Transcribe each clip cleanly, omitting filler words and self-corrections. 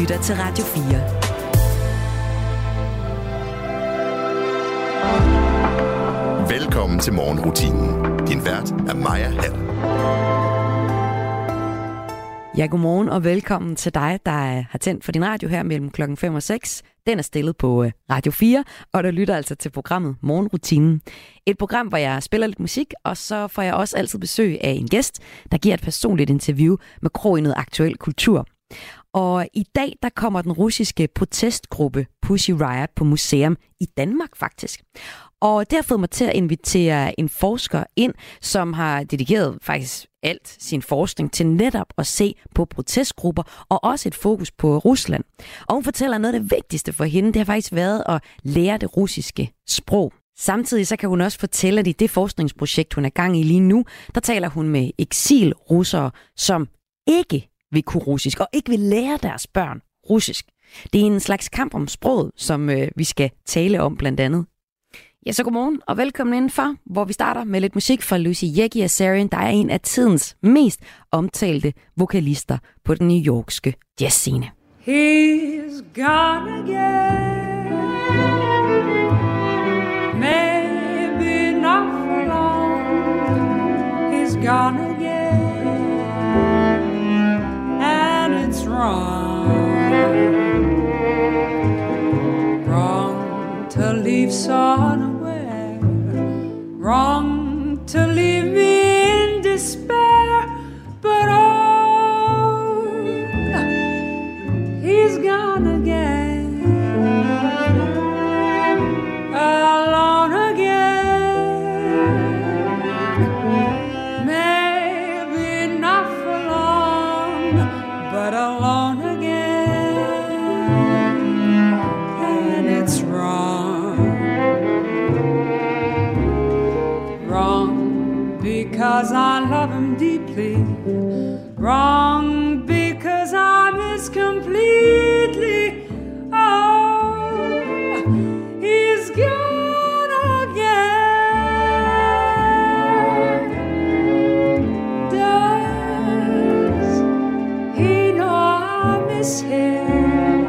lytter til Radio 4. Velkommen til morgenrutinen. Din vært er Maja Hall. Ja, godmorgen og velkommen til dig, der har tændt for din radio her mellem klokken 5 og 6. Den er stillet på Radio 4, og du lytter altså til programmet Morgenrutinen. Et program, hvor jeg spiller lidt musik, og så får jeg også altid besøg af en gæst, der giver et personligt interview med krog i noget aktuel kultur. Og i dag, der kommer den russiske protestgruppe Pussy Riot på museum i Danmark faktisk. Og det har fået mig til at invitere en forsker ind, som har dedikeret faktisk alt sin forskning til netop at se på protestgrupper og også et fokus på Rusland. Og hun fortæller noget af det vigtigste for hende, det har faktisk været at lære det russiske sprog. Samtidig så kan hun også fortælle, at i det forskningsprojekt, hun er gang i lige nu, der taler hun med eksilrussere, som ikke vil kunne russisk og ikke vil lære deres børn russisk. Det er en slags kamp om sproget, som vi skal tale om blandt andet. Ja, så godmorgen og velkommen indenfor, hvor vi starter med lidt musik fra Lucy Yegi Azarian, der er en af tidens mest omtalte vokalister på den New Yorkske jazzscene. He's gone again, maybe not for long. He's gone again, and it's wrong to leave so unaware, wrong to leave me in despair, but oh, he's gone again, alone again, maybe not for long, but alone again, and it's wrong because I love him deeply, wrong because I miss completely. Oh, he's gone again. Does he know I miss him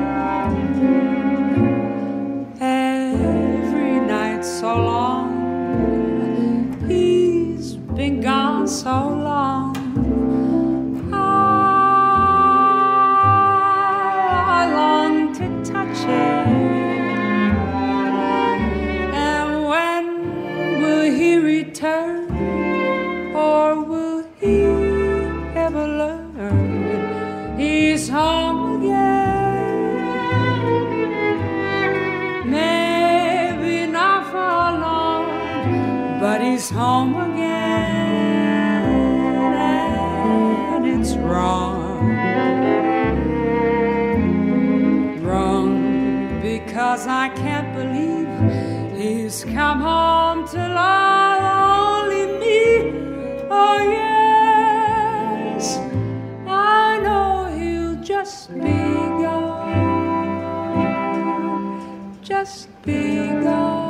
every night so long? He's been gone so long. I long to touch him. And when will he return? Or will he ever learn? He's home again. Maybe not for long, but he's home again, and it's wrong because I can't believe he's come home to love only me. Oh yes, I know he'll just be gone, just be gone.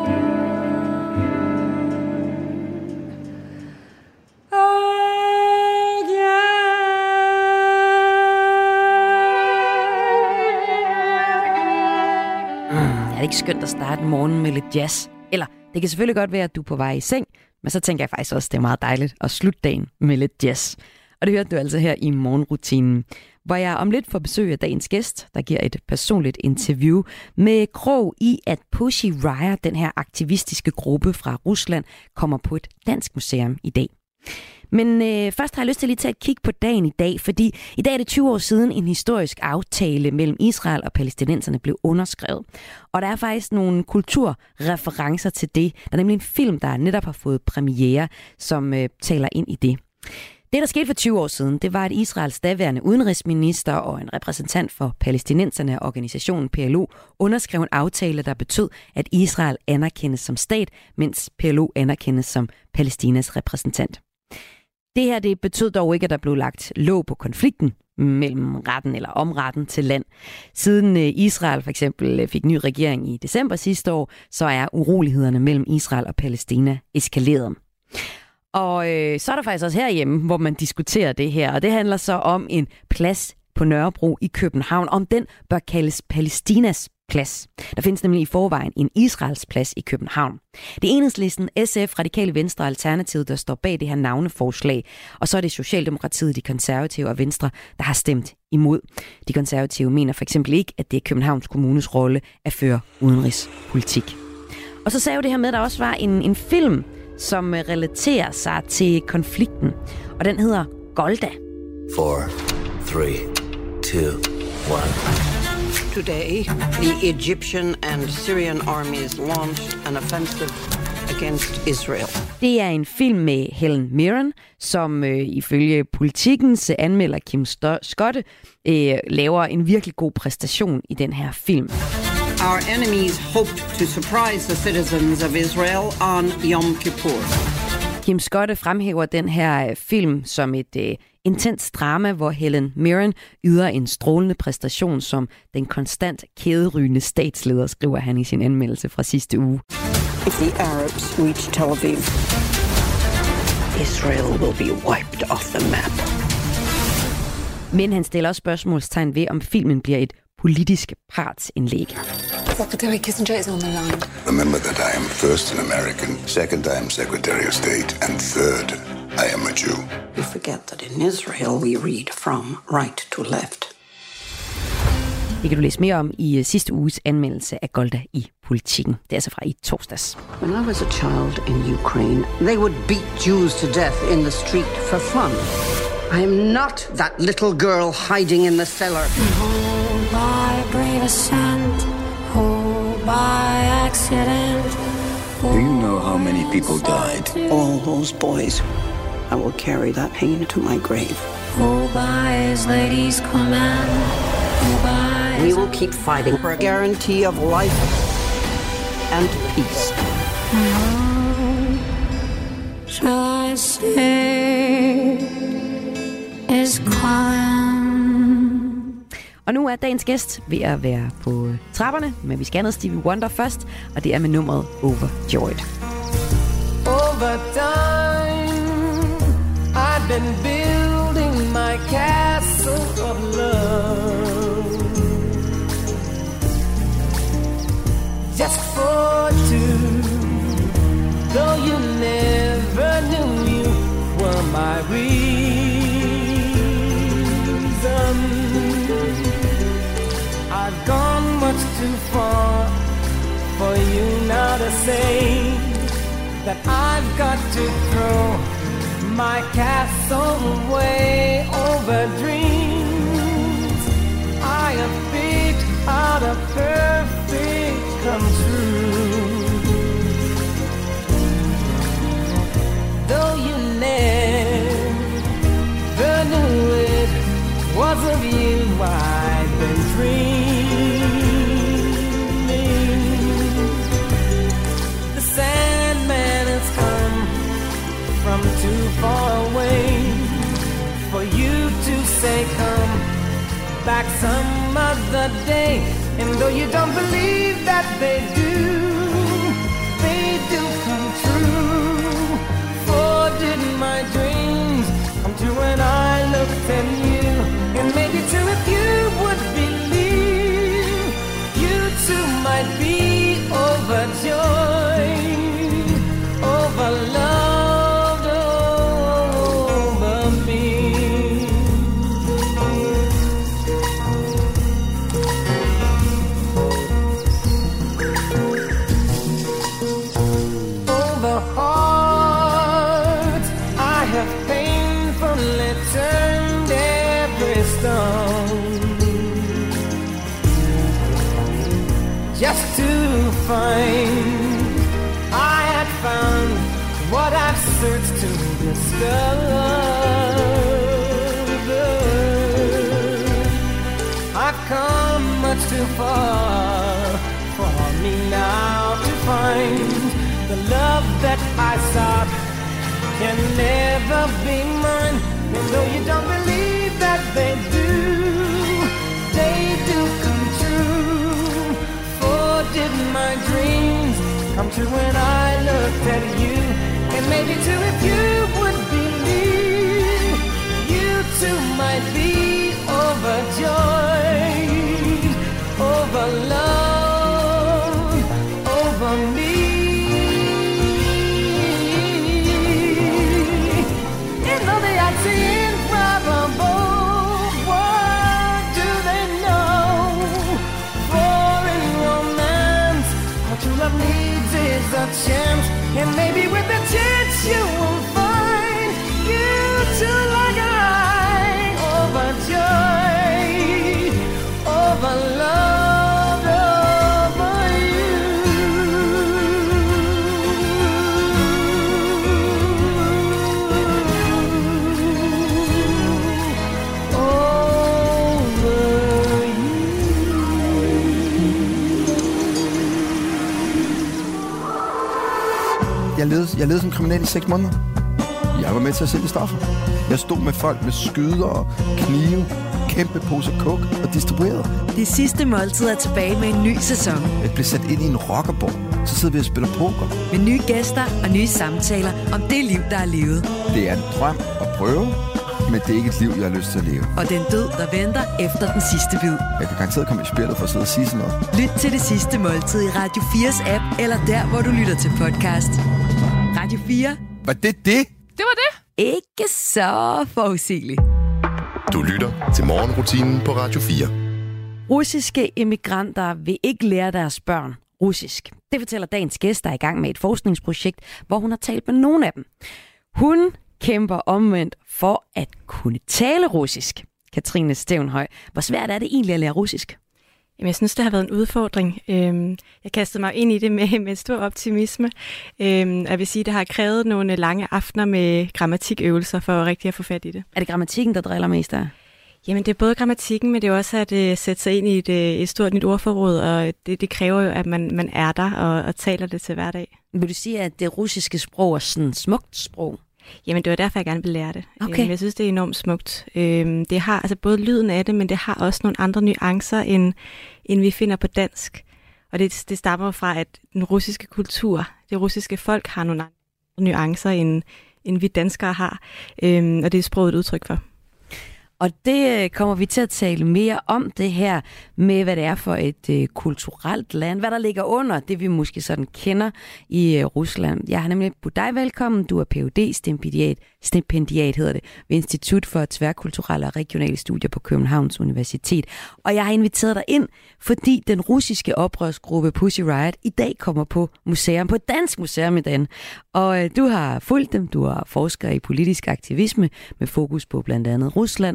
Er det ikke skønt at starte morgenen med lidt jazz? Eller det kan selvfølgelig godt være, at du er på vej i seng, men så tænker jeg faktisk også, at det er meget dejligt at slutte dagen med lidt jazz. Og det hørte du altså her i morgenrutinen, hvor jeg om lidt får besøg af dagens gæst, der giver et personligt interview med krog i, at Pussy Riot, den her aktivistiske gruppe fra Rusland, kommer på et dansk museum i dag. Men først har jeg lyst til lige at tage et kig på dagen i dag, fordi i dag er det 20 år siden en historisk aftale mellem Israel og palæstinenserne blev underskrevet. Og der er faktisk nogle kulturreferencer til det. Der er nemlig en film, der netop har fået premiere, som taler ind i det. Det, der skete for 20 år siden, det var, at Israels daværende udenrigsminister og en repræsentant for palæstinenserne og organisationen PLO underskrev en aftale, der betød, at Israel anerkendes som stat, mens PLO anerkendes som Palæstinas repræsentant. Det her det betød dog ikke, at der blev lagt låg på konflikten mellem retten eller om retten til land. Siden Israel for eksempel fik ny regering i december sidste år, så er urolighederne mellem Israel og Palæstina eskaleret. Og så er der faktisk også herhjemme, hvor man diskuterer det her, og det handler så om en plads på Nørrebro i København, om den bør kaldes Palæstinas plads. Der findes nemlig i forvejen en Israels plads i København. Det er Enhedslisten, SF, Radikale Venstre og Alternativet, der står bag det her navneforslag. Og så er det Socialdemokratiet, de konservative og Venstre, der har stemt imod. De konservative mener for eksempel ikke, at det er Københavns Kommunes rolle at føre udenrigspolitik. Og så sagde jo det her med, at der også var en film, som relaterer sig til konflikten. Og den hedder Golda. 4, 3, 2, 1. Today, the Egyptian and Syrian armies launched an offensive against Israel. Det er en film med Helen Mirren, som ifølge Politikens anmelder Kim Skotte laver en virkelig god præstation i den her film. Our enemies hoped to surprise the citizens of Israel on Yom Kippur. Kim Skotte fremhæver den her film som et intens drama, hvor Helen Mirren yder en strålende præstation som den konstant kæderygende statsleder, skriver han i sin anmeldelse fra sidste uge. If the Arabs reach Tel Aviv, Israel will be wiped off the map. Men han stiller også spørgsmålstegn ved, om filmen bliver et politisk partsindlæg. Secretary Kissinger is on the line. Remember that I am first an American, second I am Secretary of State, and third I am a Jew. You forget that in Israel we read from right to left. Det kan du læse mere om i sidste uges anmeldelse af Golda i Politiken. Det er altså fra i torsdags. When I was a child in Ukraine, they would beat Jews to death in the street for fun. I am not that little girl hiding in the cellar. Oh, by brave ascent, oh, by accident. Do you know how many people died? All those boys. I will carry that pain to my grave. Oh, by his lady's command, oh, by We will keep fighting for a guarantee of life and peace. shall I say is calling. Og nu er dagens gæst ved at være på trapperne, men vi skal have noget Stevie Wonder først, og det er med nummeret Overjoyed. Over time, I've been building my castle of love, just for two. Though you never knew you were my reason, I've gone much too far for you now to say that I've got to throw my castle away over dreams I have picked out a perfect come true. Though you never knew it was of you I've been dreaming. The Sandman has come from too far away for you to say come back some other day. And though you don't believe that they do come true. For did my dreams come true when I looked at you? And maybe too if you would believe, you too might be overjoyed, overloved over me. Over hearts I have painfully turned every stone, just to find I had found what I've searched to discover. I've come much too far for me now to find the love that I sought can never be mine. And though you don't believe that they do come true. For did my dreams come true when I looked at you? And maybe too if you would believe, you too might be overjoyed. And maybe with a chance you will find you too like I overjoyed, over love, over you. Jeg levede som kriminel i 6 måneder. Jeg var med til at sælge stoffer. Jeg stod med folk med skyder og knive, kæmpe poser coke og distribuerede. Det sidste måltid er tilbage med en ny sæson. Jeg blev sat ind i en rockerborg. Så sidder vi og spiller poker. Med nye gæster og nye samtaler om det liv, der er levet. Det er en drøm at prøve, men det er ikke et liv, jeg har lyst til at leve. Og den død, der venter efter den sidste bid. Jeg kan garanteret komme i spillet for at sidde og sige sådan noget. Lyt til Det Sidste Måltid i Radio 4's app, eller der, hvor du lytter til podcast. Radio 4. Var det? Det var det. Ikke så forudsigeligt. Du lytter til morgenrutinen på Radio 4. Russiske immigranter vil ikke lære deres børn russisk. Det fortæller dagens gæst, der er i gang med et forskningsprojekt, hvor hun har talt med nogle af dem. Hun kæmper omvendt for at kunne tale russisk. Katrine Stevnhøj, hvor svært er det egentlig at lære russisk? Jamen, jeg synes, det har været en udfordring. Jeg kastede mig ind i det med stor optimisme. Jeg vil sige, at det har krævet nogle lange aftener med grammatikøvelser for rigtig at få fat i det. Er det grammatikken, der driller mest der? Jamen, det er både grammatikken, men det er også at sætte sig ind i et stort nyt ordforråd, og det kræver jo, at man er der og taler det til hverdag. Vil du sige, at det russiske sprog er sådan et smukt sprog? Jamen, det var derfor, jeg gerne ville lære det. Okay. Jeg synes, det er enormt smukt. Det har altså både lyden af det, men det har også nogle andre nuancer, end vi finder på dansk. Og det stammer fra, at den russiske kultur, det russiske folk, har nogle andre nuancer, end vi danskere har. Og det er sproget et udtryk for. Og det kommer vi til at tale mere om, det her med, hvad det er for et kulturelt land. Hvad der ligger under det, vi måske sådan kender i Rusland. Jeg har nemlig budt dig velkommen. Du er Ph.D. stipendiat hedder det, ved Institut for Tværkulturelle og Regionale Studier på Københavns Universitet. Og jeg har inviteret dig ind, fordi den russiske oprørsgruppe Pussy Riot i dag kommer på museum, på et dansk museum i den. Og du har fulgt dem. Du er forsker i politisk aktivisme med fokus på blandt andet Rusland.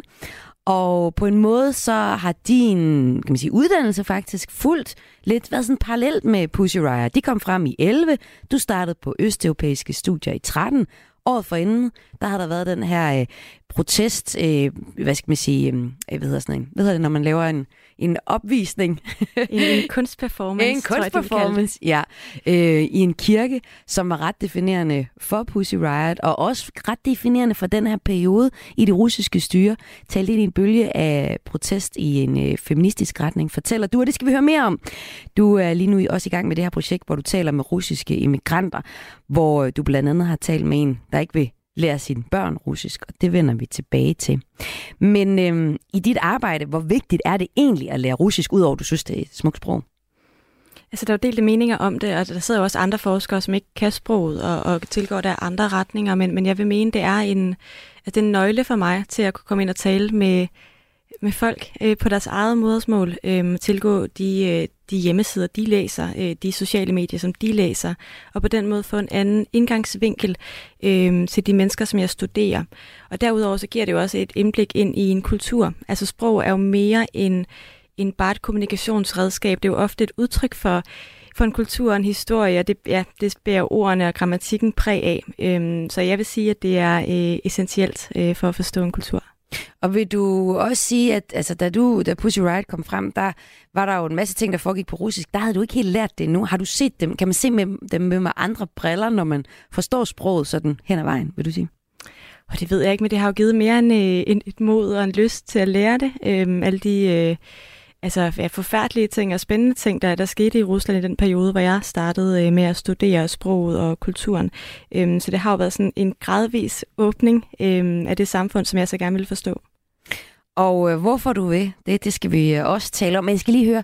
Og på en måde så har din, kan man sige, uddannelse faktisk fulgt lidt, været sådan parallelt med Pussy Riot. De kom frem i 11, du startede på østeuropæiske studier i 13. Året forinden, der har der været den her protest, hvad skal man sige, hvad hedder det, når man laver en opvisning? En kunstperformance. En kunstperformance, ja. I en kirke, som var ret definerende for Pussy Riot, og også ret definerende for den her periode i det russiske styre. Talte ind i en bølge af protest i en feministisk retning, fortæller du, og det skal vi høre mere om. Du er lige nu også i gang med det her projekt, hvor du taler med russiske immigranter, hvor du blandt andet har talt med en, der ikke vil lære sine børn russisk, og det vender vi tilbage til. Men i dit arbejde, hvor vigtigt er det egentlig at lære russisk, udover at du synes, det er et smukt sprog? Altså, der er jo delte meninger om det, og der sidder jo også andre forskere, som ikke kan sproget og tilgår der andre retninger, men jeg vil mene, det er en nøgle for mig til at kunne komme ind og tale med folk på deres eget modersmål, tilgå de hjemmesider, de læser, de sociale medier, som de læser, og på den måde få en anden indgangsvinkel til de mennesker, som jeg studerer. Og derudover så giver det jo også et indblik ind i en kultur. Altså sprog er jo mere end bare et kommunikationsredskab. Det er jo ofte et udtryk for en kultur og en historie, og det bærer ordene og grammatikken præg af. Så jeg vil sige, at det er essentielt for at forstå en kultur. Og vil du også sige, at altså, da Pussy Riot kom frem, der var der jo en masse ting, der foregik på russisk. Der havde du ikke helt lært det endnu. Har du set dem? Kan man se dem med andre briller, når man forstår sproget sådan hen ad vejen, vil du sige? Og det ved jeg ikke, men det har jo givet mere end et mod og en lyst til at lære det. Alle de forfærdelige ting og spændende ting, der skete i Rusland i den periode, hvor jeg startede med at studere sproget og kulturen. Så det har jo været sådan en gradvis åbning af det samfund, som jeg så gerne vil forstå. Og hvorfor du vil, det skal vi også tale om. Men jeg skal lige høre,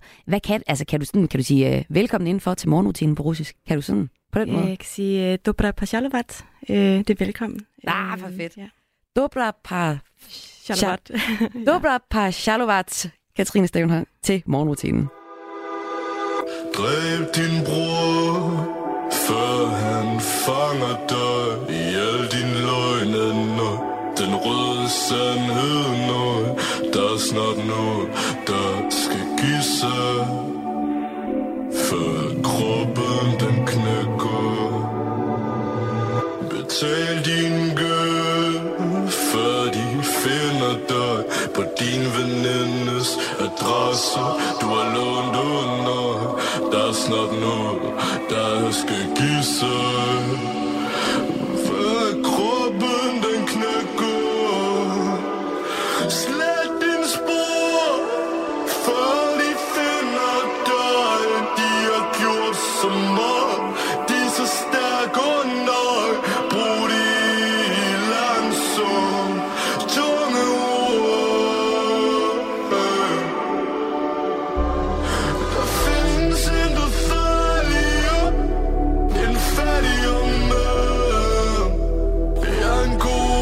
kan du sige velkommen indenfor til morgenrutinen på russisk? Kan du sådan på den måde? Jeg kan sige Dobra Pashalovat. Det er velkommen. For fedt. Ja. Dobra Pashalovat. Dobra Pashalovat. Katrine Stevnhøj til morgenrutinen. Dræb din bror, før han fanger dig i al din løgne. Den røde sandhed noget, der er snart noget, der skal give sig, før kroppen den knækker. Betal din gæld, før de finder dig på din venindes adresse. Du har lånt under, der er snart noget, der skal give sig, før kroppen den knækker. Slet din spor, før de finder dig. De har gjort så meget, de er så stærke og nøj. Brug de langsomt, tunge ord. Der findes intet farligere end fattigere mad. Jeg er en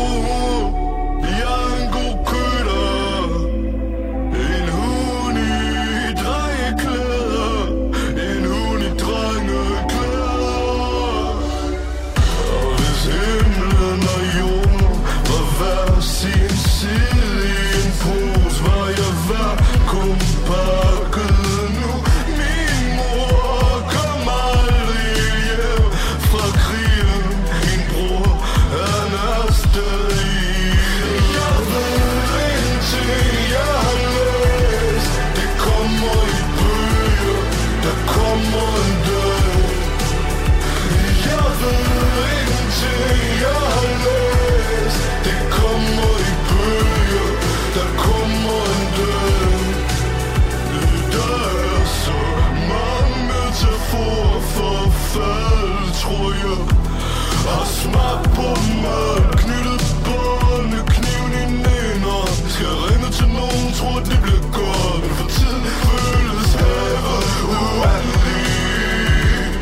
god køtter, en hund i drengeklæder, en hund i drengeklæder. Og hvis himlen og jorden var hver sin side i en pose, var jeg hver kun pakket nu. Min mor kom aldrig hjem fra krigen, min bror han er stadig. Jeg ved ingenting, jeg har læst, det kommer i bøger, der kommer en dag. Jeg ved ingenting, jeg har læst, det kommer i bøger, der kommer en dag. Der er så mange metaforer for fald, tror jeg. Har smagt på mad, knyttet bånd, kniven i nænder. Skal ringe til nogen, tror det bliver godt, men for tiden føles havet uendeligt.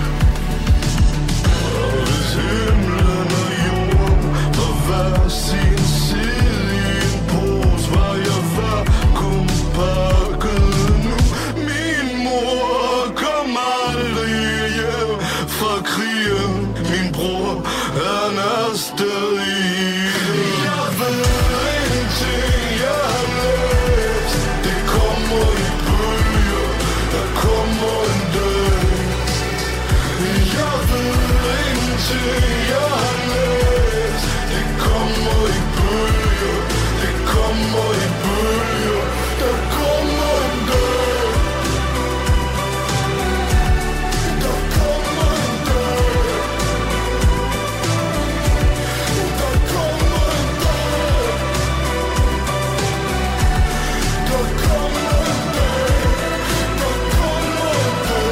Og hvis himlen og jorden var hver sin side i en pose, var jeg hver kun pakket nu. Min mor kom aldrig hjem fra krigen, min bror han er stadig. Jeg ved ingenting, jeg har læst, det kommer i bøger, der kommer en dag. Jeg ved ingenting, jeg har læst, det kommer i bøger, det kommer i bøger, der kommer en dag. Der kommer en dag. Der kommer en dag. Der kommer en dag. Der kommer en dag.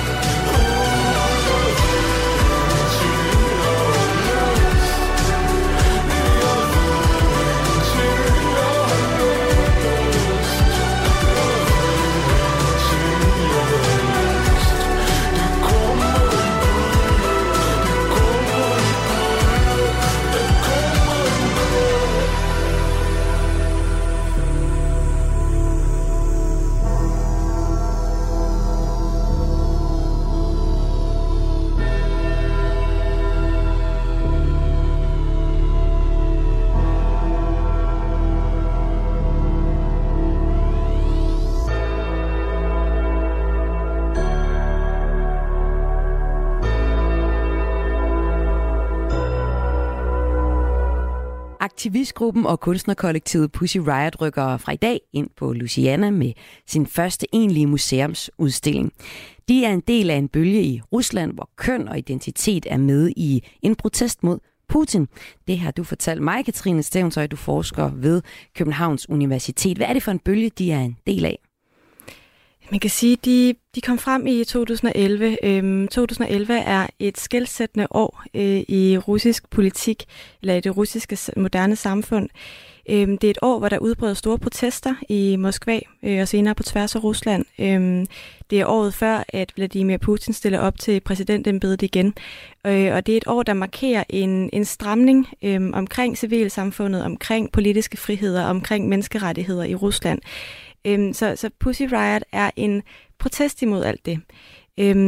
Aktivistgruppen og kunstnerkollektivet Pussy Riot rykker fra i dag ind på Louisiana med sin første egentlige museumsudstilling. De er en del af en bølge i Rusland, hvor køn og identitet er med i en protest mod Putin. Det har du fortalt mig, Katrine Stevnshøj, du forsker ved Københavns Universitet. Hvad er det for en bølge, de er en del af? Man kan sige, at de kom frem i 2011. 2011 er et skelsættende år i russisk politik, eller i det russiske moderne samfund. Det er et år, hvor der udbrød store protester i Moskva og senere på tværs af Rusland. Det er året før, at Vladimir Putin stiller op til præsidentembedet igen. Og det er et år, der markerer en stramning omkring civilsamfundet, omkring politiske friheder, omkring menneskerettigheder i Rusland. Så Pussy Riot er en protest imod alt det.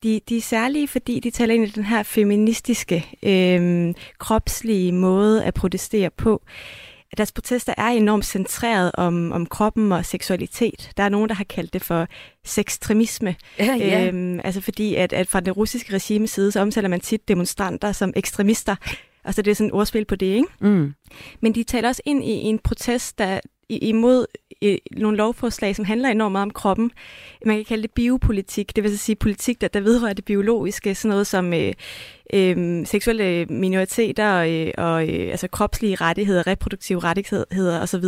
de er særlige, fordi de taler ind i den her feministiske, kropslige måde at protestere på. Deres protester er enormt centreret om kroppen og seksualitet. Der er nogen, der har kaldt det for sextremisme. Ja. Altså fordi, at fra det russiske regimes side, så omtaler man tit demonstranter som ekstremister. Altså det er sådan et ordspil på det, ikke? Mm. Men de taler også ind i en protest, der imod nogle lovforslag, som handler enormt meget om kroppen. Man kan kalde det biopolitik, det vil sige politik, der vedrører det biologiske, sådan noget som seksuelle minoriteter og altså kropslige rettigheder, reproduktive rettigheder osv.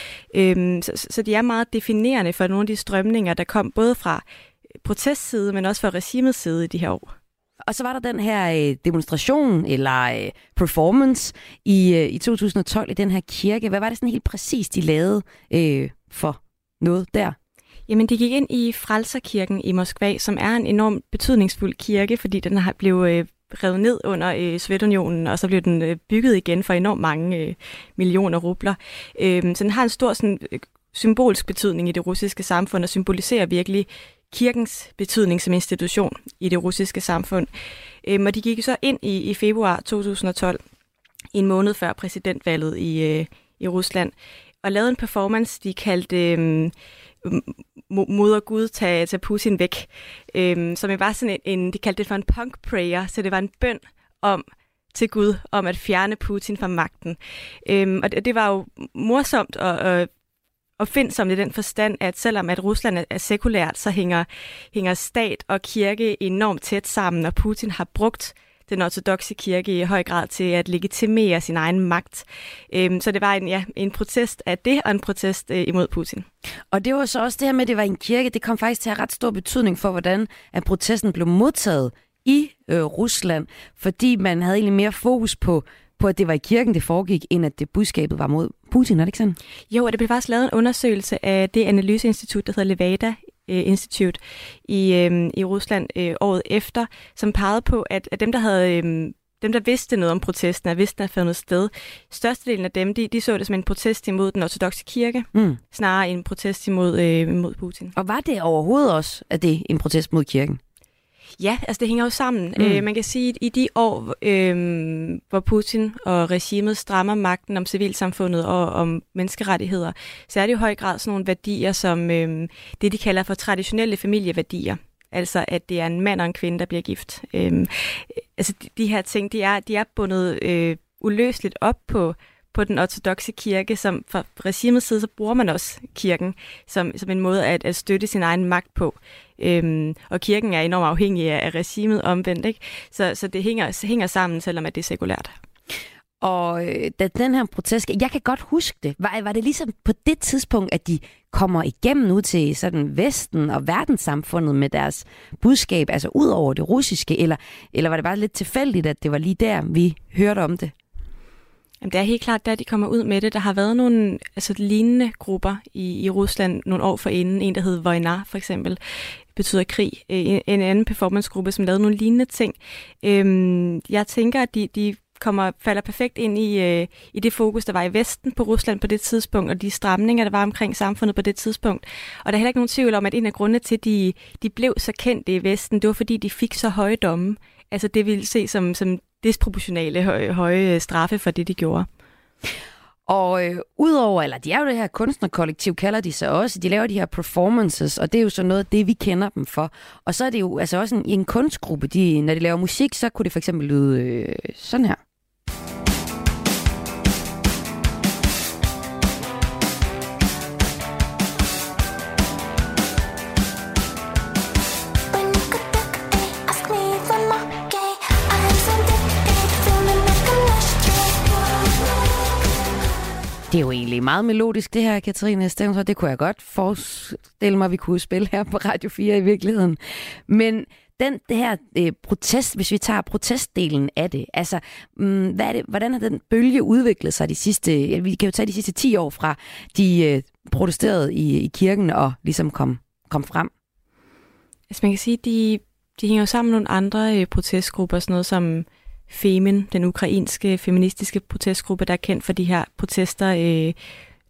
Så de er meget definerende for nogle af de strømninger, der kom både fra protestside, men også fra regimets side i de her år. Og så var der den her demonstration eller performance i 2012 i den her kirke. Hvad var det sådan helt præcis, de lavede for noget der? Jamen, de gik ind i Frelserkirken i Moskva, som er en enormt betydningsfuld kirke, fordi den har blevet revet ned under Sovjetunionen, og så blev den bygget igen for enormt mange millioner rubler. Så den har en stor sådan, symbolsk betydning i det russiske samfund, og symboliserer virkelig kirkens betydning som institution i det russiske samfund. Og de gik så ind i februar 2012, en måned før præsidentvalget i Rusland, og lavede en performance, de kaldte Moder Gud, tag Putin væk, som var sådan de kaldte det for en punk prayer, så det var en bøn til Gud om at fjerne Putin fra magten. Og det var jo morsomt og opfindsomt i den forstand, at selvom at Rusland er sekulært, så hænger stat og kirke enormt tæt sammen, og Putin har brugt den ortodokse kirke i høj grad til at legitimere sin egen magt. Så det var en protest af det, og en protest imod Putin. Og det var så også det her med, at det var en kirke, det kom faktisk til at have ret stor betydning for, hvordan at protesten blev modtaget i Rusland, fordi man havde egentlig mere fokus på, at det var i kirken, det foregik, end at det budskabet var mod Putin, er det ikke sådan? Jo, og det blev faktisk lavet en undersøgelse af det analyseinstitut, der hedder Levada Institute i Rusland året efter, som pegede på, at dem, der vidste noget om protesten, og vidste, der havde fundet sted, størstedelen af dem, de så det som en protest imod den ortodokse kirke, snarere en protest imod Putin. Og var det overhovedet også, at det er en protest mod kirken? Ja, altså det hænger jo sammen. Man kan sige, at i de år, hvor Putin og regimet strammer magten om civilsamfundet og om menneskerettigheder, så er det i høj grad sådan nogle værdier, som det de kalder for traditionelle familieværdier. Altså at det er en mand og en kvinde, der bliver gift. Altså de her ting, de er bundet uløseligt op på den ortodokse kirke, som fra regimets side, så bruger man også kirken som en måde at støtte sin egen magt på. Og kirken er enormt afhængig af regimet omvendt, ikke? Så det hænger sammen, selvom at det er sekulært. Og da den her protest, jeg kan godt huske det, var det ligesom på det tidspunkt, at de kommer igennem ud til sådan Vesten og verdenssamfundet med deres budskab, altså ud over det russiske, eller var det bare lidt tilfældigt, at det var lige der, vi hørte om det? Jamen, det er helt klart, at de kommer ud med det. Der har været nogle lignende grupper i Rusland nogle år forinden. En, der hed Vojna, for eksempel, betyder krig. En anden performancegruppe, som lavede nogle lignende ting. Jeg tænker, at de falder perfekt ind i det fokus, der var i Vesten på Rusland på det tidspunkt, og de stramninger, der var omkring samfundet på det tidspunkt. Og der er heller ikke nogen tvivl om, at en af grundene til, at de blev så kendte i Vesten, det var, fordi de fik så høje domme. Altså det vil se som disproportionale høje straffe for det, de gjorde. Og udover, eller de er jo det her kunstnerkollektiv, kalder de sig også, de laver de her performances, og det er jo så noget af det, vi kender dem for. Og så er det jo altså også en kunstgruppe, når de laver musik, så kunne det for eksempel lyde sådan her. Det er jo egentlig meget melodisk, det her, Katrine Stevnsgaard. Det kunne jeg godt forestille mig, vi kunne spille her på Radio 4 i virkeligheden. Men det her protest, hvis vi tager protestdelen af det, altså, hvordan har den bølge udviklet sig vi kan jo tage de sidste 10 år fra, de protesterede i kirken og ligesom kom frem? Altså man kan sige, de hænger jo sammen med nogle andre protestgrupper, sådan noget som Femen, den ukrainske feministiske protestgruppe, der er kendt for de her protester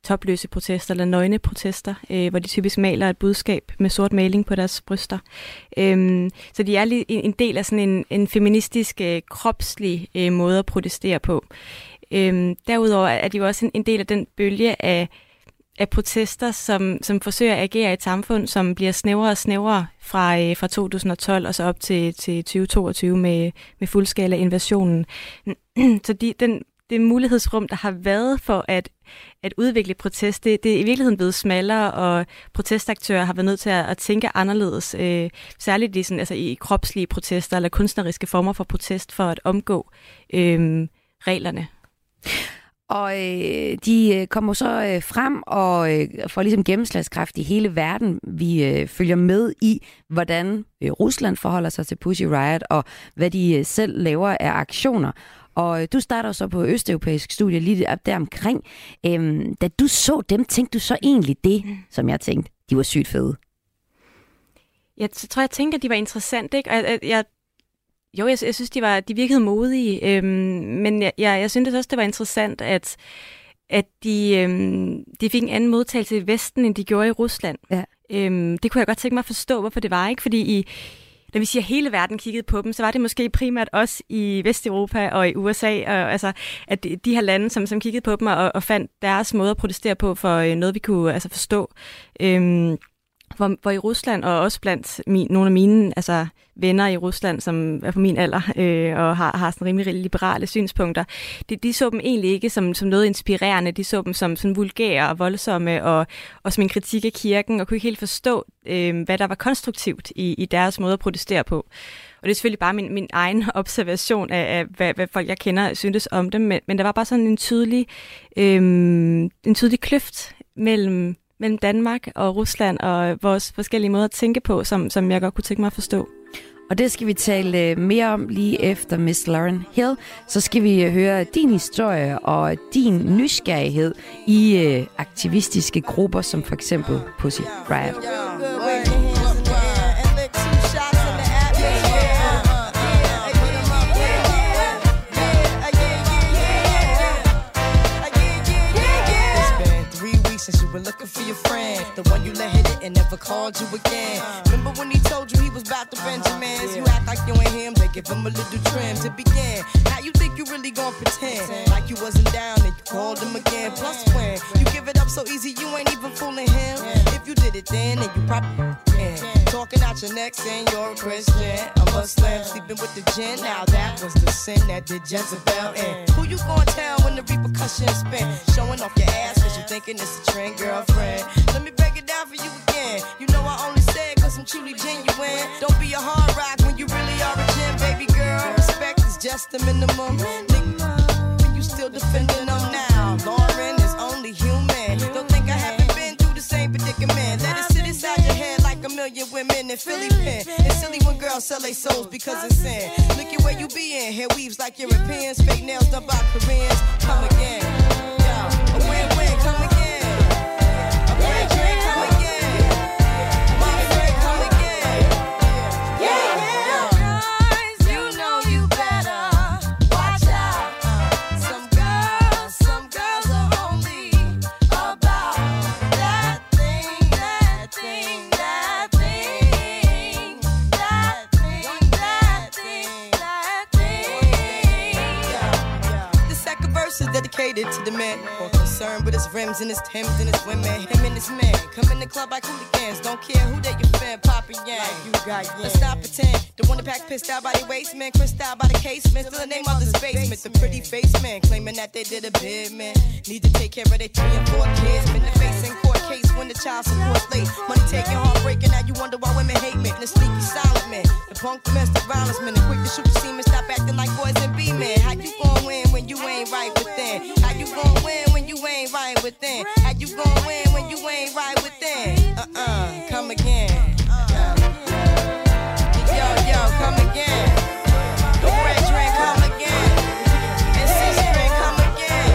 topløse protester eller nøgne protester, hvor de typisk maler et budskab med sort maling på deres bryster. Så de er en del af sådan en feministisk, kropslig måde at protestere på. Derudover er de jo også en del af den bølge af protester, som forsøger at agere i et samfund, som bliver snævrere og snævrere fra 2012 og så op til 2022 med fuldskala invasionen. Så det mulighedsrum, der har været for at udvikle protest, det er i virkeligheden blevet smallere, og protestaktører har været nødt til at tænke anderledes, særligt i kropslige protester eller kunstneriske former for protest for at omgå reglerne. Og de kommer så frem og får ligesom gennemslagskraft i hele verden. Vi følger med i, hvordan Rusland forholder sig til Pussy Riot, og hvad de selv laver af aktioner. Og du starter så på Østeuropæisk studie lige op der omkring. Da du så dem, tænkte du så egentlig det, som jeg tænkte, de var sygt fede? Jeg tror, jeg tænkte, at de var interessante, ikke? Og jeg synes, de virkede modige, men jeg synes også, det var interessant, at de fik en anden modtagelse i Vesten, end de gjorde i Rusland. Ja. Det kunne jeg godt tænke mig at forstå, hvorfor det var, ikke? Fordi når vi siger, at hele verden kiggede på dem, så var det måske primært os i Vesteuropa og i USA, og at de her lande, som kiggede på dem og fandt deres måde at protestere på for noget, vi kunne forstå. Hvor i Rusland, og også blandt nogle af mine venner i Rusland, som er på min alder og har sådan rimelig liberale synspunkter, de så dem egentlig ikke som noget inspirerende. De så dem som sådan vulgære og voldsomme, og som en kritik af kirken, og kunne ikke helt forstå, hvad der var konstruktivt i deres måde at protestere på. Og det er selvfølgelig bare min egen observation af hvad folk, jeg kender, syntes om dem, men der var bare sådan en tydelig kløft mellem Danmark og Rusland og vores forskellige måder at tænke på, som jeg godt kunne tænke mig at forstå. Og det skal vi tale mere om lige efter Miss Lauryn Hill. Så skal vi høre din historie og din nysgerrighed i aktivistiske grupper, som for eksempel Pussy Riot. Since you were looking for your friend, the one you let hit it and never called you again. Remember when he told you he was about to Benjamins? You act like you ain't him, they give him a little trim to begin. Now you think you really gon' pretend like you wasn't down and you called him again. Plus when you give it up so easy, you ain't even fooling him. If you did it then you probably can. Talking out your neck saying you're a Christian, a Muslim, sleeping with the jinn. Now that was the sin that did Jezebel in. Who you gon' tell when the repercussions spin? Showing off your ass cause you thinking it's a trend, girlfriend. Let me break it down for you again. You know I only say it cause I'm truly genuine. Don't be a hard rock when you really are a gem, baby girl. Respect is just the minimum. Nigga, you still defending them now. Lauren is only human. Don't think I haven't been through the same predicament. Let it sit inside your head like a million women in Philly pen. It's silly when girls sell their souls because it's sin. Look at where you be in. Hair weaves like Europeans. Fake nails done by Koreans. Come again. Yo, a win-win, come again. Dedicated to the man, more concerned with his rims and his Timbs and his women. Him and his man come in the club like hooligans. Don't care who they your fan, poppin' yang. Like you got yang. Let's not pretend. The one that pack pissed out by the waist man, crissed out by the casement. Still the name of the basement. The pretty face man claiming that they did a bid man. Need to take care of their 3 and 4 kids. Been the face in court case when the child support's late. Money taking, heartbreaking. Now you wonder why women hate men. The sneaky silent man, the punk domestic violence man, the quick to shoot the semen. Stop acting like boys and be men. How you gon' win when you ain't right within? How you gon' win when you ain't right within? How you gon' win when you ain't right within? Come again. Yo, come again. The red drink, come again. And sis drink, come again.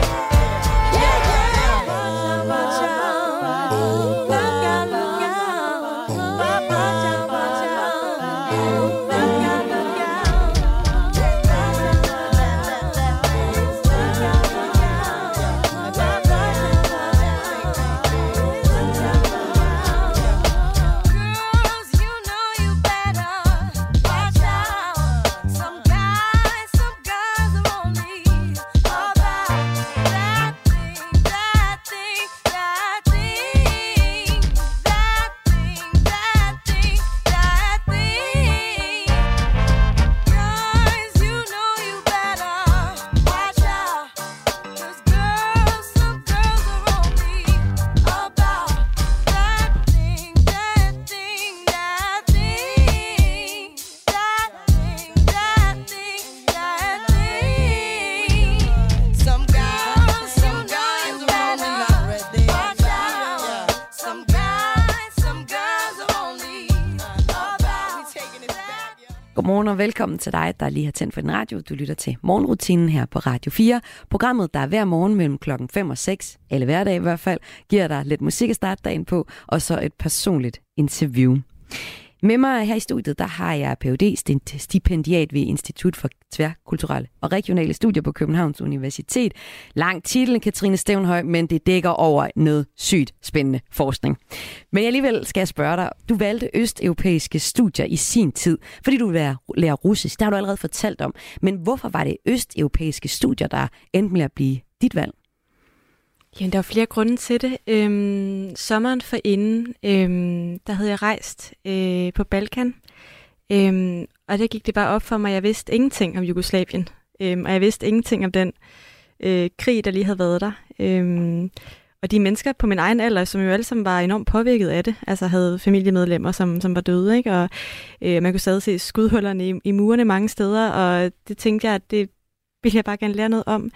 Godmorgen og velkommen til dig, der lige har tændt for din radio. Du lytter til Morgenrutinen her på Radio 4. Programmet, der hver morgen mellem klokken 5 og 6, eller hverdag i hvert fald, giver dig lidt musik at starte dagen på, og så et personligt interview. Med mig her i studiet, der har jeg Ph.D.-stipendiat ved Institut for Tværkulturelle og Regionale Studier på Københavns Universitet. Lang titel, Katrine Stævnhøj, men det dækker over noget sygt spændende forskning. Men alligevel skal jeg spørge dig, du valgte østeuropæiske studier i sin tid, fordi du vil lære russisk. Det har du allerede fortalt om. Men hvorfor var det østeuropæiske studier, der endte med at blive dit valg? Jamen, der var flere grunde til det. Sommeren forinden, der havde jeg rejst på Balkan, og der gik det bare op for mig, jeg vidste ingenting om Jugoslavien, og jeg vidste ingenting om den krig, der lige havde været der. Og de mennesker på min egen alder, som jo alle sammen var enormt påvirket af det, altså havde familiemedlemmer, som var døde, ikke? Og man kunne stadig se skudhullerne i murene mange steder, og det tænkte jeg, at det ville jeg bare gerne lære noget om.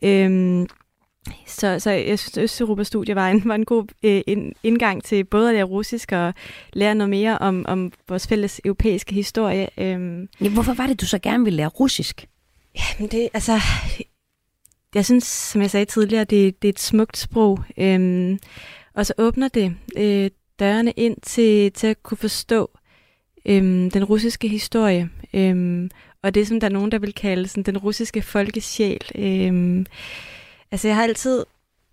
Så jeg synes, at Østeuropa-studiet var en god indgang til både at lære russisk og lære noget mere om vores fælles europæiske historie. Ja, hvorfor var det, du så gerne ville lære russisk? Jamen jeg synes, som jeg sagde tidligere, det er et smukt sprog. Og så åbner det dørene ind til at kunne forstå den russiske historie. Og det, som der er nogen, der vil kalde sådan, den russiske folkesjæl. Altså, jeg har altid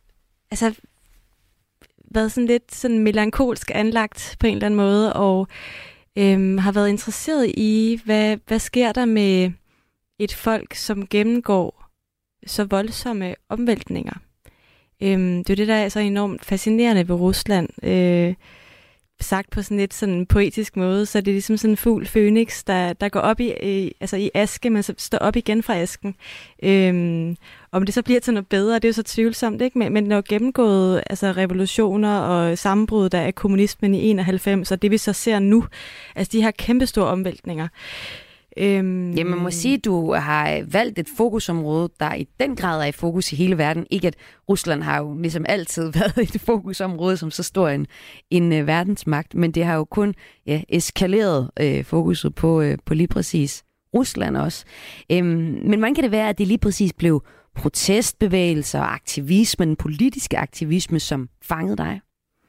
været sådan lidt sådan melankolsk anlagt på en eller anden måde, og har været interesseret i, hvad sker der med et folk, som gennemgår så voldsomme omvæltninger. Det er det, der er så enormt fascinerende ved Rusland. Sagt på sådan lidt sådan poetisk måde, så det er ligesom sådan en fugl Fønix, der går op i aske, men så står op igen fra asken. Om det så bliver til noget bedre, det er jo så tvivlsomt, ikke? Men når gennemgået revolutioner og sammenbrud der af kommunismen i 91, og det vi så ser nu, altså de her kæmpestore omvæltninger. Ja, man må sige, at du har valgt et fokusområde, der i den grad er i fokus i hele verden. Ikke at Rusland har jo ligesom altid været et fokusområde, som så stor en verdensmagt, men det har jo kun eskaleret fokuset på lige præcis Rusland også. Men hvordan kan det være, at det lige præcis blev protestbevægelser og aktivisme, den politiske aktivisme, som fangede dig?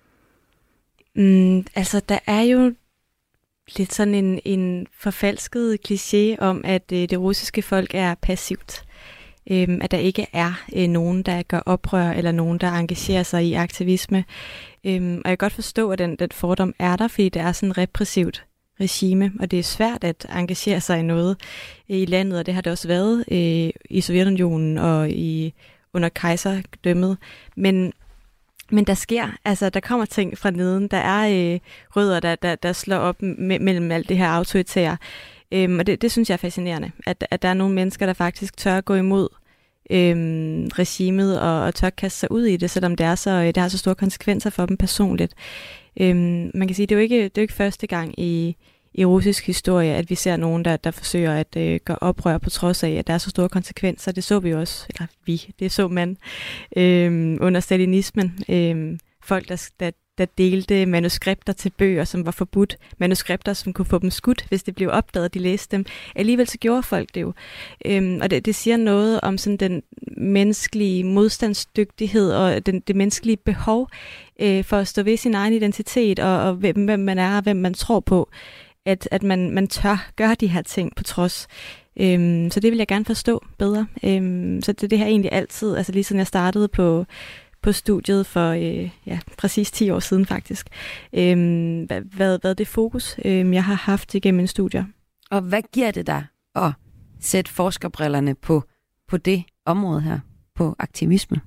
Der er jo lidt sådan en forfalsket kliché om, at det russiske folk er passivt. At der ikke er nogen, der gør oprør, eller nogen, der engagerer sig i aktivisme. Og jeg kan godt forstå, at den fordom er der, fordi det er sådan et repressivt regime, og det er svært at engagere sig i noget i landet, og det har det også været i Sovjetunionen og under kejserdømmet. Men der sker, der kommer ting fra neden. Der er rødder, der slår op mellem alt det her autoritære. Og det synes jeg er fascinerende, at der er nogle mennesker, der faktisk tør gå imod regimet og tør kaste sig ud i det, selvom det har så store konsekvenser for dem personligt. Man kan sige, det er jo ikke første gang i russisk historie, at vi ser nogen, der forsøger at gøre oprør på trods af, at der er så store konsekvenser. Det så vi også, eller det så man under stalinismen. Folk, der delte manuskripter til bøger, som var forbudt. Manuskripter, som kunne få dem skudt, hvis det blev opdaget, at de læste dem. Alligevel så gjorde folk det jo. Og det siger noget om sådan den menneskelige modstandsdygtighed og det menneskelige behov for at stå ved sin egen identitet og hvem man er og hvem man tror på. At man tør gøre de her ting på trods. Så det vil jeg gerne forstå bedre. Så det har egentlig altid, lige siden jeg startede på studiet for præcis 10 år siden faktisk, været det fokus, jeg har haft igennem mine studier. Og hvad giver det dig at sætte forskerbrillerne på det område her, på aktivisme?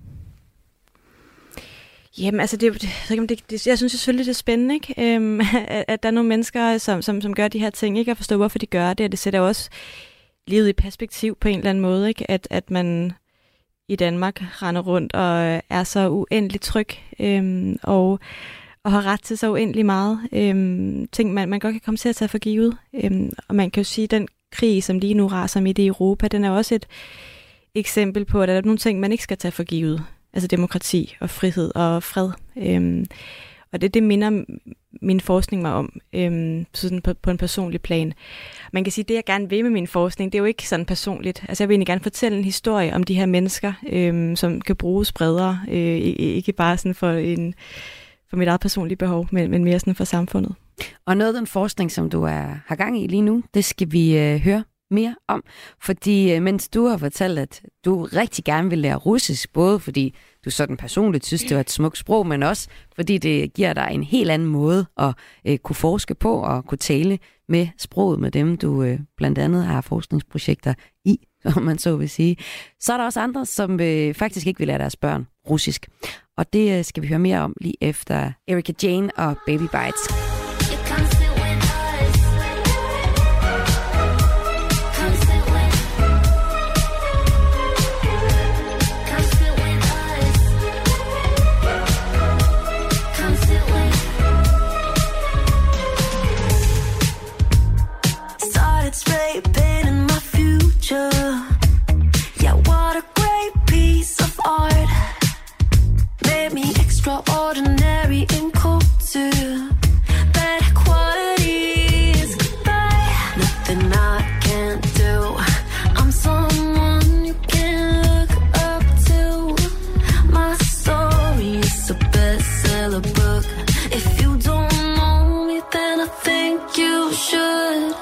Jamen, jeg synes selvfølgelig, det er spændende, ikke? At der er nogle mennesker, som gør de her ting, ikke? At forstå, hvorfor de gør det, og det sætter også livet i perspektiv på en eller anden måde, ikke? At man i Danmark render rundt og er så uendeligt tryg, og har ret til så uendelig meget. Ting, man godt kan komme til at tage for givet. Og man kan jo sige, at den krig, som lige nu raser midt i Europa, den er også et eksempel på, at der er nogle ting, man ikke skal tage for givet. Altså demokrati og frihed og fred. Og det minder min forskning mig om, sådan på en personlig plan. Man kan sige, at det jeg gerne vil med min forskning, det er jo ikke sådan personligt. Altså jeg vil egentlig gerne fortælle en historie om de her mennesker, som kan bruges bredere, ikke bare sådan for mit eget personlige behov, men mere sådan for samfundet. Og noget af den forskning, som du har gang i lige nu, det skal vi høre mere om, fordi mens du har fortalt, at du rigtig gerne vil lære russisk, både fordi du sådan personligt synes, det var et smukt sprog, men også fordi det giver dig en helt anden måde at kunne forske på og kunne tale med sproget med dem, du blandt andet har forskningsprojekter i, som man så vil sige. Så er der også andre, som faktisk ikke vil lære deres børn russisk. Og det skal vi høre mere om lige efter Erika Jane og Baby Bites. Yeah, what a great piece of art. Made me extraordinary in culture. Bad qualities goodbye. Nothing I can't do. I'm someone you can look up to. My story is a bestseller book. If you don't know me, then I think you should.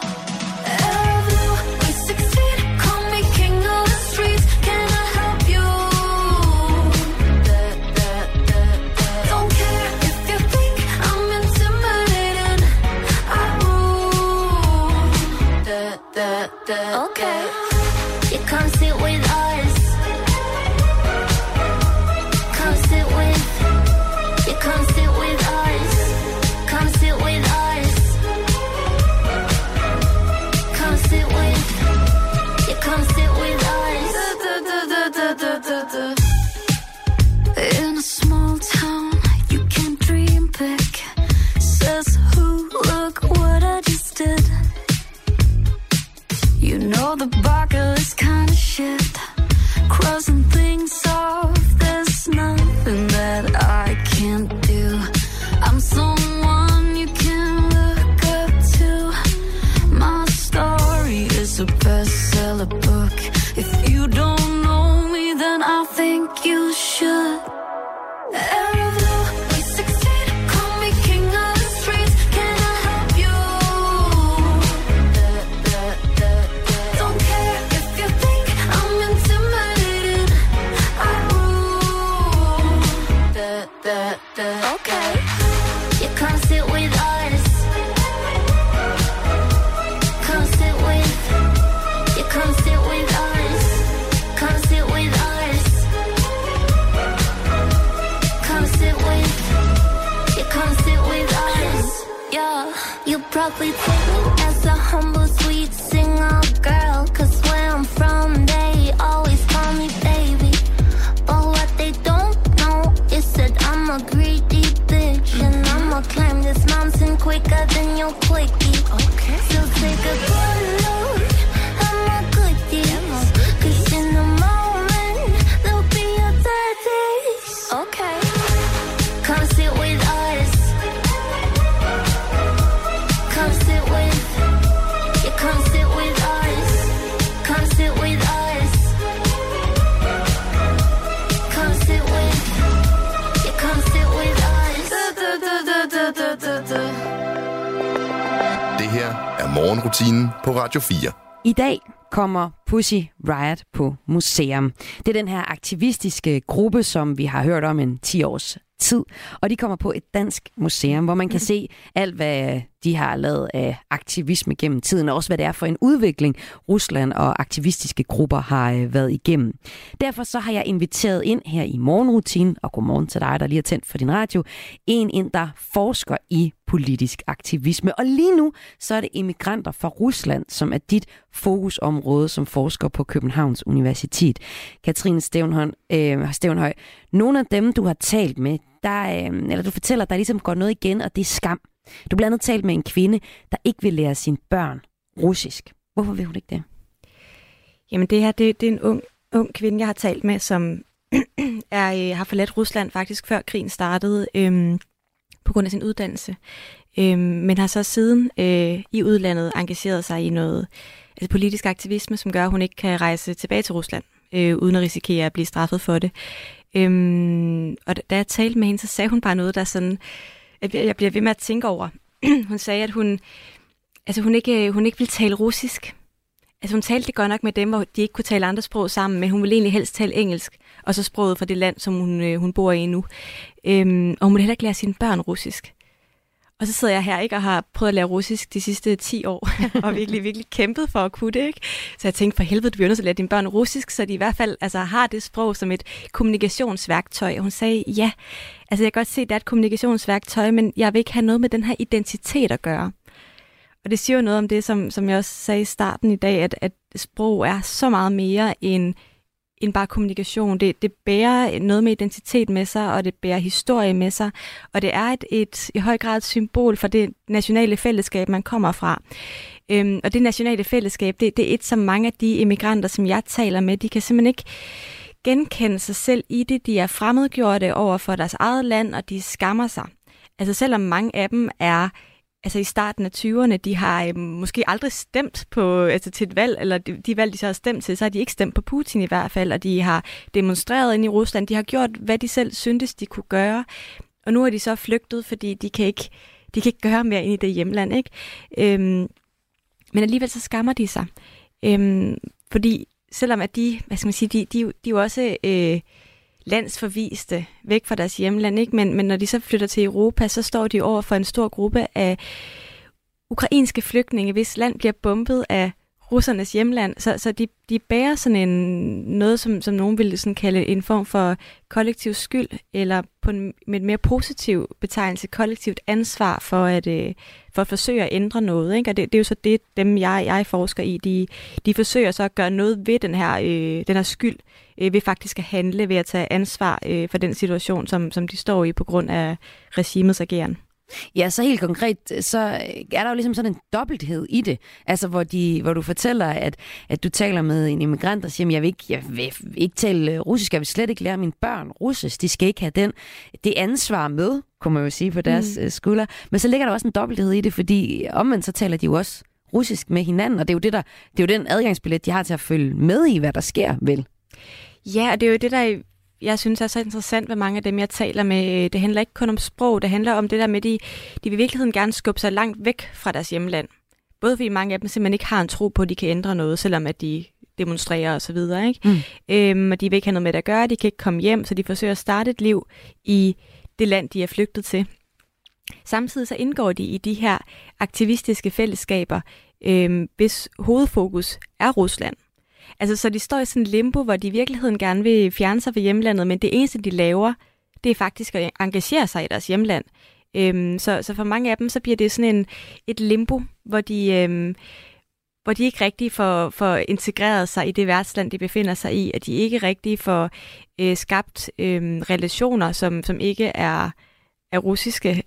Okay, you come sit with us. Come sit with. You come sit with us. Come sit with us. Come sit with. You come sit with us. In a small town, you can dream big. Says who? Look what I just did. You know the bucket is kind of shit. Crossing things off, there's nothing that I can't do. I'm someone you can look up to. My story is a bestseller book. If you don't know me, then I think you should. Okay, you come sit with us. Come sit with. You come sit with us. Come sit with us. Come sit with. You come sit with us. Yeah, you probably take me as a humble, sweet singer girl. 'Cause where I'm from, they always call me baby. But what they don't know is that I'm a greedy bitch, and I'ma climb this mountain quicker than your quickie. Okay. So take a good look at my goodies, 'cause in the moment they'll be your daddies. Okay. Come sit with us. Come sit with. You come sit with us. Come sit with us. Come sit with. You come sit with us. Det her er morgenrutinen på Radio 4. I dag kommer Pussy Riot på museum. Det er den her aktivistiske gruppe, som vi har hørt om en 10 års tid. Og de kommer på et dansk museum, hvor man kan se alt, hvad de har lavet af aktivisme gennem tiden, og også hvad det er for en udvikling, Rusland og aktivistiske grupper har været igennem. Derfor så har jeg inviteret ind her i morgenrutinen, og godmorgen til dig, der lige har tændt for din radio, en ind, der forsker i politisk aktivisme. Og lige nu så er det immigranter fra Rusland, som er dit fokusområde som forsker på Københavns Universitet. Katrine Stævnhøj, nogle af dem, du har talt med, eller du fortæller, der ligesom går noget igen, og det er skam. Du blandt andet talt med en kvinde, der ikke vil lære sine børn russisk. Hvorfor vil hun ikke det? Jamen det her, det er en ung kvinde, jeg har talt med, som har forladt Rusland faktisk før krigen startede, på grund af sin uddannelse. Men har så siden i udlandet engageret sig i noget politisk aktivisme, som gør, at hun ikke kan rejse tilbage til Rusland, uden at risikere at blive straffet for det. Og da jeg talte med hende, så sagde hun bare noget, der sådan, at jeg bliver ved med at tænke over. Hun sagde, at hun ikke ville tale russisk. Altså hun talte det godt nok med dem, hvor de ikke kunne tale andre sprog sammen, men hun ville egentlig helst tale engelsk, og så sproget fra det land, som hun bor i nu. Og hun ville heller ikke lære sine børn russisk. Og så sidder jeg her ikke og har prøvet at lære russisk de sidste 10 år, og virkelig kæmpet for at kunne det, ikke? Så jeg tænkte, for helvede, du bliver nødt til at lære dine børn russisk, så de i hvert fald har det sprog som et kommunikationsværktøj. Og hun sagde, ja, jeg kan godt se, at det er et kommunikationsværktøj, men jeg vil ikke have noget med den her identitet at gøre. Og det siger jo noget om det, som jeg også sagde i starten i dag, at sprog er så meget mere end bare kommunikation. Det bærer noget med identitet med sig, og det bærer historie med sig, og det er et i høj grad et symbol for det nationale fællesskab, man kommer fra. Og det nationale fællesskab, det er et, som mange af de immigranter, som jeg taler med, de kan simpelthen ikke genkende sig selv i det. De er fremmedgjorte over for deres eget land, og de skammer sig. Altså selvom mange af dem er i starten af 20'erne, de har måske aldrig stemt til et valg, eller de valg, de så har stemt til, så har de ikke stemt på Putin i hvert fald, og de har demonstreret ind i Rusland. De har gjort, hvad de selv syntes, de kunne gøre. Og nu er de så flygtet, fordi de kan ikke gøre mere ind i det hjemland, ikke? Men alligevel så skammer de sig. Fordi selvom at de er jo også landsforviste væk fra deres hjemland, ikke? Men når de så flytter til Europa, så står de over for en stor gruppe af ukrainske flygtninge, hvis land bliver bombet af russernes hjemland. Så de bærer sådan noget, som nogen ville sådan kalde en form for kollektiv skyld, eller med en mere positiv betegnelse, kollektivt ansvar for at forsøge at ændre noget, ikke? Og det er jo så det, dem jeg forsker i, de forsøger så at gøre noget ved den her skyld, ved faktisk at handle, ved at tage ansvar for den situation, som de står i på grund af regimets ageren. Ja, så helt konkret, så er der jo ligesom sådan en dobbelthed i det. Altså, hvor du fortæller, at du taler med en immigrant, der siger, jeg vil ikke tale russisk, jeg vil slet ikke lære mine børn russisk. De skal ikke have det ansvar med, kunne man jo sige, på deres skulder. Men så ligger der også en dobbelthed i det, fordi omvendt så taler de jo også russisk med hinanden, og det er jo den adgangsbillet, de har til at følge med i, hvad der sker, vel? Ja, og det er jo det, der jeg synes er så interessant ved mange af dem, jeg taler med. Det handler ikke kun om sprog, det handler om det der med, de vil i virkeligheden gerne skubbe sig langt væk fra deres hjemland. Både fordi mange af dem simpelthen ikke har en tro på, at de kan ændre noget, selvom at de demonstrerer og så videre, ikke? Og de vil ikke have noget med det at gøre, de kan ikke komme hjem, så de forsøger at starte et liv i det land, de er flygtet til. Samtidig så indgår de i de her aktivistiske fællesskaber, hvis hovedfokus er Rusland. Altså, så de står i sådan en limbo, hvor de i virkeligheden gerne vil fjerne sig fra hjemlandet, men det eneste, de laver, det er faktisk at engagere sig i deres hjemland. Så for mange af dem, så bliver det sådan et limbo, hvor de ikke rigtig får integreret sig i det værtsland, de befinder sig i, at de ikke rigtig får skabt relationer, som ikke er russiske.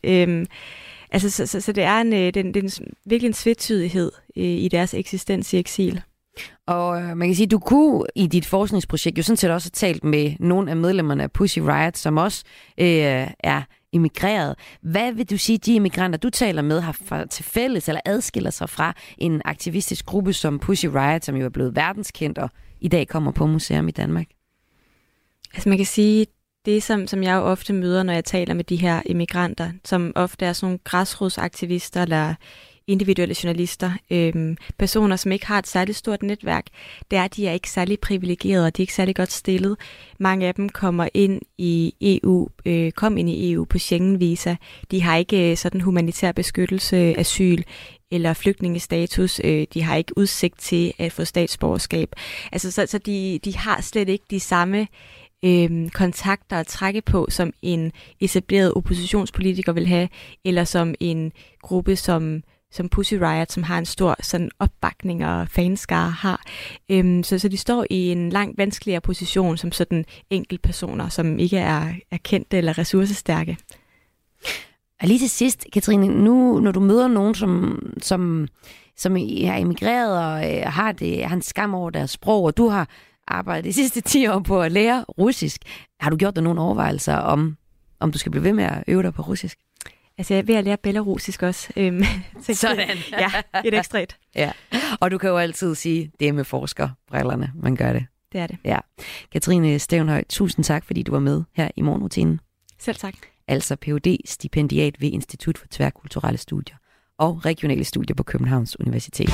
Så det er virkelig en tvetydighed i deres eksistens i eksil. Og man kan sige, at du kunne i dit forskningsprojekt jo sådan set også have talt med nogle af medlemmerne af Pussy Riot, som også er immigreret. Hvad vil du sige, de immigranter, du taler med, har til fælles eller adskiller sig fra en aktivistisk gruppe som Pussy Riot, som jo er blevet verdenskendt og i dag kommer på museum i Danmark? Altså man kan sige, det som jeg jo ofte møder, når jeg taler med de her immigranter, som ofte er sådan nogle græsrodsaktivister eller individuelle journalister, personer, som ikke har et særligt stort netværk, det er, at de er ikke særlig privilegerede, og de er ikke særlig godt stillet. Mange af dem kommer ind i EU på Schengen-visa. De har ikke sådan humanitær beskyttelse, asyl eller flygtningestatus. De har ikke udsigt til at få statsborgerskab. Altså, så de har slet ikke de samme kontakter at trække på, som en etableret oppositionspolitiker vil have, eller som en gruppe som Pussy Riot, som har en stor sådan opbakning og fanskare har. Så de står i en langt vanskeligere position som sådan enkeltpersoner, som ikke er kendte eller ressourcestærke. Og lige til sidst, Katrine, nu når du møder nogen, som er emigreret og har en skam over deres sprog, og du har arbejdet de sidste 10 år på at lære russisk, har du gjort dig nogle overvejelser om du skal blive ved med at øve dig på russisk? Altså, jeg er ved at lære belarusisk også. Sådan. Ja, et ekstra et. Ja. Og du kan jo altid sige, det er med forskerbrillerne, man gør det. Det er det. Ja. Katrine Stævnhøj, tusind tak, fordi du var med her i Morgenrutinen. Selv tak. Altså Ph.D.-stipendiat ved Institut for Tværkulturelle Studier og regionale studier på Københavns Universitet.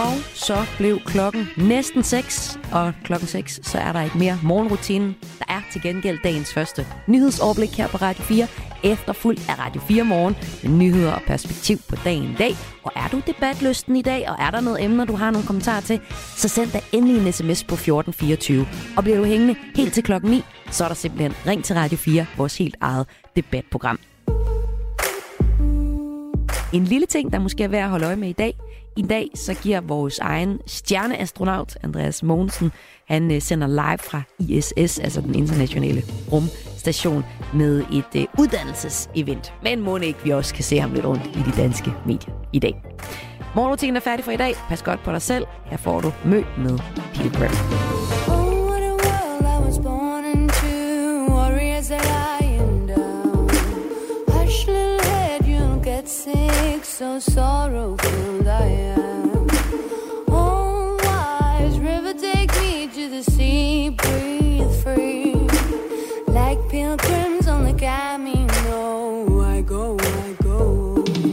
Så blev klokken næsten 6, og klokken 6, så er der ikke mere morgenrutinen. Der er til gengæld dagens første nyhedsoverblik her på Radio 4, efterfulgt af Radio 4 Morgen med nyheder og perspektiv på dagen i dag. Og er du debatlysten i dag, og er der noget emner, du har nogle kommentarer til, så send da endelig en sms på 1424. Og bliver du hængende helt til klokken 9, så er der simpelthen Ring til Radio 4, vores helt eget debatprogram. En lille ting, der måske er værd at holde øje med i dag. I dag så giver vores egen stjerneastronaut, Andreas Mogensen, han sender live fra ISS, altså den internationale rumstation, med et uddannelsesevent. Men må ikke vi også kan se ham lidt rundt i de danske medier i dag. Morgenrutinen er færdig for i dag. Pas godt på dig selv. Her får du Mø med Pilgrim. Sick, so sorrowful I am. Oh, wise river, take me to the sea, breathe free. Like pilgrims on the Camino, I go, I go.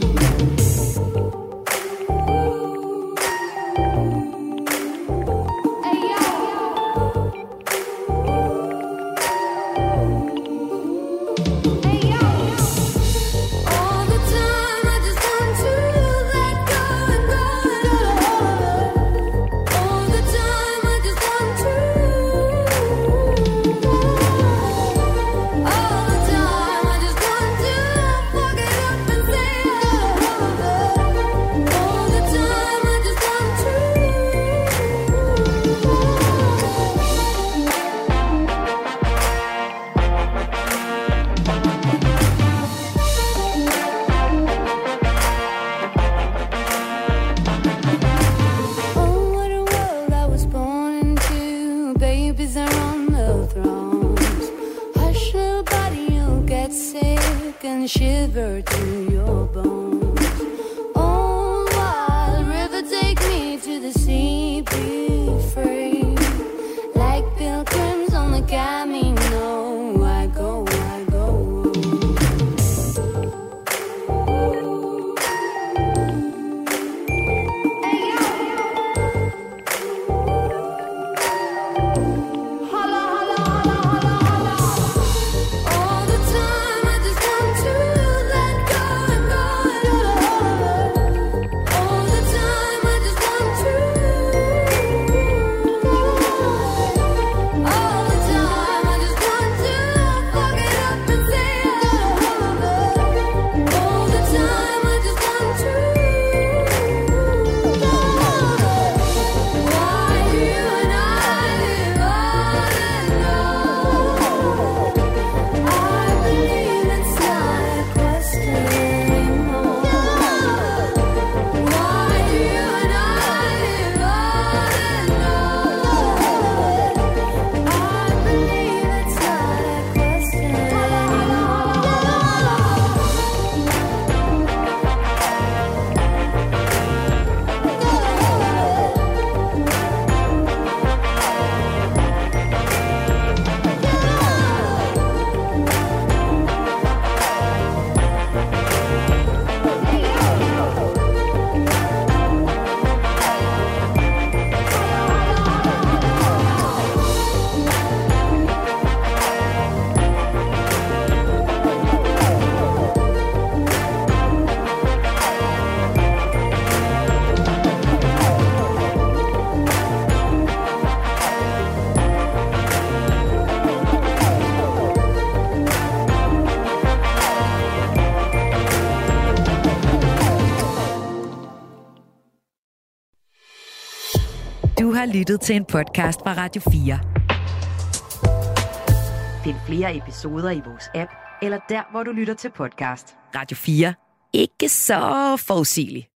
And shiver to your bones. Oh, wild river, take me to the sea, be free. Like pilgrims on the Camino, I go, I go. Du har lyttet til en podcast fra Radio 4. Find flere episoder i vores app, eller der, hvor du lytter til podcast. Radio 4. Ikke så forudsigeligt.